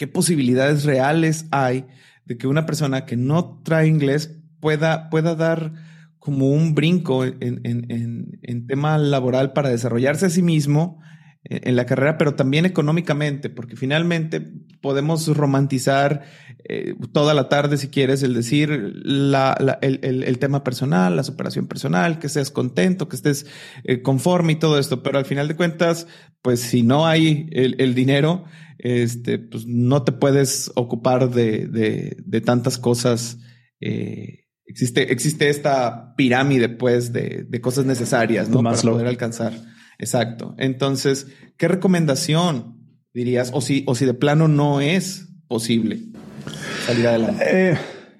¿Qué posibilidades reales hay de que una persona que no trae inglés pueda dar como un brinco en tema laboral para desarrollarse a sí mismo en la carrera, pero también económicamente? Porque finalmente podemos romantizar toda la tarde, si quieres, el decir el tema personal, la superación personal, que seas contento, que estés conforme y todo esto, pero al final de cuentas, pues si no hay el dinero, pues no te puedes ocupar de tantas cosas. Existe esta pirámide, pues, de cosas necesarias, ¿no? Para poder alcanzar. Exacto. Entonces, ¿qué recomendación dirías? O si de plano no es posible salir adelante.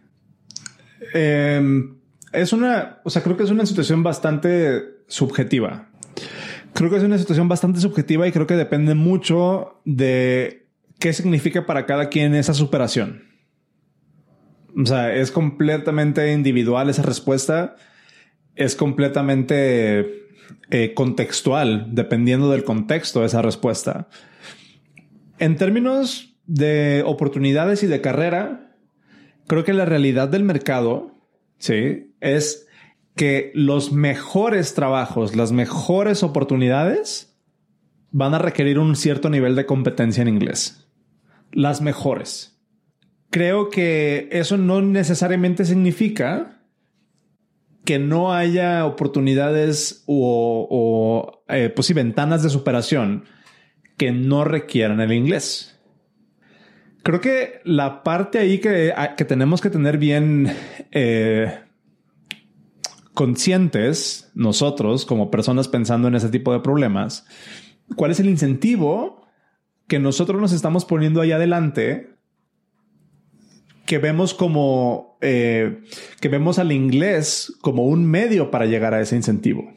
Creo que es una situación bastante subjetiva. Y creo que depende mucho de qué significa para cada quien esa superación. O sea, es completamente individual esa respuesta. Es completamente contextual, dependiendo del contexto de esa respuesta. En términos de oportunidades y de carrera, creo que la realidad del mercado, sí, es que los mejores trabajos, las mejores oportunidades van a requerir un cierto nivel de competencia en inglés. Las mejores. Creo que eso no necesariamente significa que no haya oportunidades o ventanas de superación que no requieran el inglés. Creo que la parte ahí que tenemos que tener bien conscientes nosotros como personas pensando en ese tipo de problemas, ¿cuál es el incentivo que nosotros nos estamos poniendo ahí adelante? Que vemos que vemos al inglés como un medio para llegar a ese incentivo.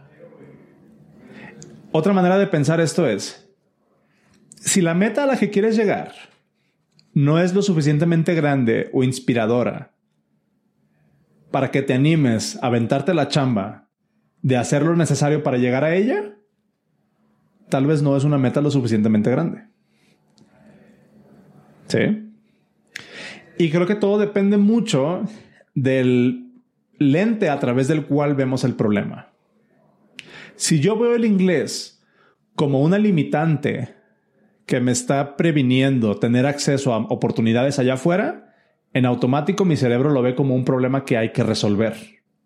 Otra manera de pensar esto es, si la meta a la que quieres llegar no es lo suficientemente grande o inspiradora para que te animes a aventarte la chamba de hacer lo necesario para llegar a ella, tal vez no es una meta lo suficientemente grande. ¿Sí? Y creo que todo depende mucho del lente a través del cual vemos el problema. Si yo veo el inglés como una limitante que me está previniendo tener acceso a oportunidades allá afuera, en automático mi cerebro lo ve como un problema que hay que resolver.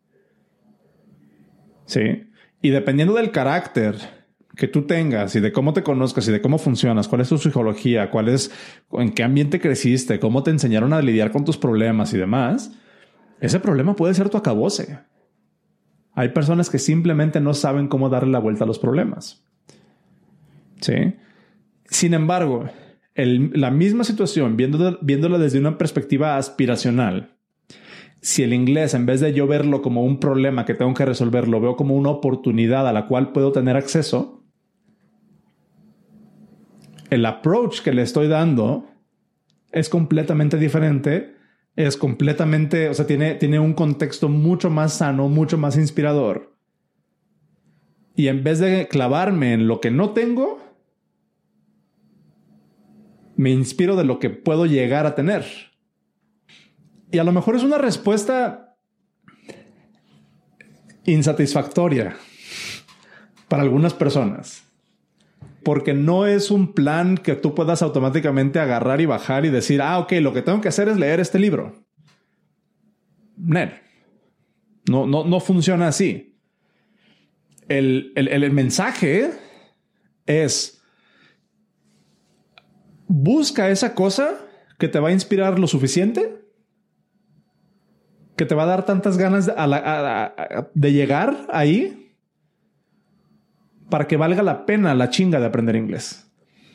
¿Sí? Y dependiendo del carácter que tú tengas y de cómo te conozcas y de cómo funcionas, cuál es tu psicología, en qué ambiente creciste, cómo te enseñaron a lidiar con tus problemas y demás, ese problema puede ser tu acabose. Hay personas que simplemente no saben cómo darle la vuelta a los problemas. ¿Sí? Sin embargo, la misma situación, viéndola desde una perspectiva aspiracional, si el inglés, en vez de yo verlo como un problema que tengo que resolver, lo veo como una oportunidad a la cual puedo tener acceso, el approach que le estoy dando es completamente diferente. Tiene un contexto mucho más sano, mucho más inspirador. Y en vez de clavarme en lo que no tengo, me inspiro de lo que puedo llegar a tener. Y a lo mejor es una respuesta insatisfactoria para algunas personas. Porque no es un plan que tú puedas automáticamente agarrar y bajar y decir, ok, lo que tengo que hacer es leer este libro. No funciona así. El mensaje es: busca esa cosa que te va a inspirar lo suficiente, que te va a dar tantas ganas de llegar ahí, para que valga la pena la chinga de aprender inglés.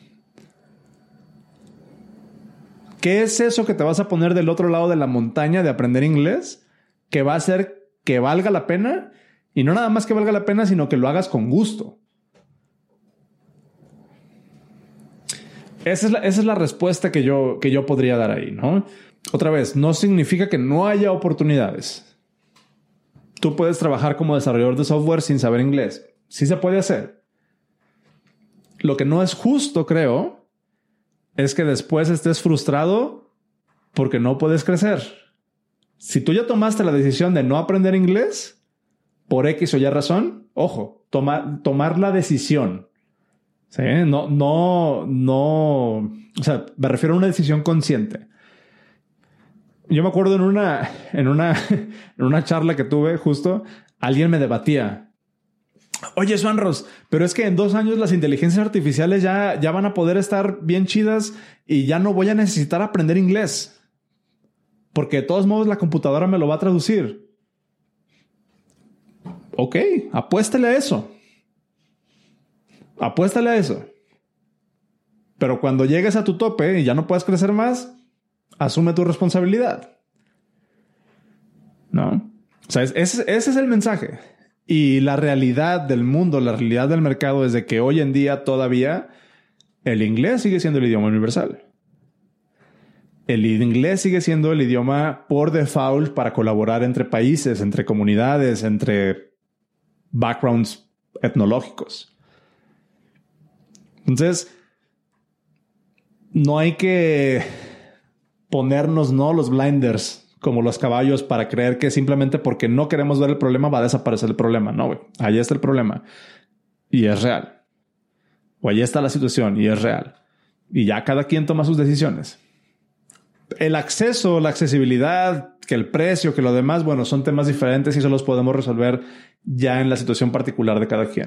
¿Qué es eso que te vas a poner del otro lado de la montaña de aprender inglés que va a hacer que valga la pena? Y no nada más que valga la pena, sino que lo hagas con gusto. Esa es la respuesta que yo podría dar ahí, ¿no? Otra vez, no significa que no haya oportunidades. Tú puedes trabajar como desarrollador de software sin saber inglés. Sí se puede hacer. Lo que no es justo, creo, es que después estés frustrado porque no puedes crecer. Si tú ya tomaste la decisión de no aprender inglés por X o Y razón, ojo, tomar la decisión. ¿Sí? No, o sea, me refiero a una decisión consciente. Yo me acuerdo en una charla que tuve, justo, alguien me debatía. Oye, Swanros, pero es que en 2 años las inteligencias artificiales ya van a poder estar bien chidas y ya no voy a necesitar aprender inglés. Porque de todos modos la computadora me lo va a traducir. Ok, apuéstale a eso. Apuéstale a eso. Pero cuando llegues a tu tope y ya no puedes crecer más, asume tu responsabilidad. ¿No? O sea, ese es el mensaje. Y la realidad del mundo, la realidad del mercado es de que hoy en día todavía el inglés sigue siendo el idioma universal. El inglés sigue siendo el idioma por default para colaborar entre países, entre comunidades, entre backgrounds etnológicos. Entonces, no hay que ponernos los blinders como los caballos para creer que simplemente porque no queremos ver el problema va a desaparecer el problema. No, güey. Allí está el problema. Y es real. O allí está la situación y es real. Y ya cada quien toma sus decisiones. El acceso, la accesibilidad, que el precio, que lo demás, bueno, son temas diferentes y eso los podemos resolver ya en la situación particular de cada quien.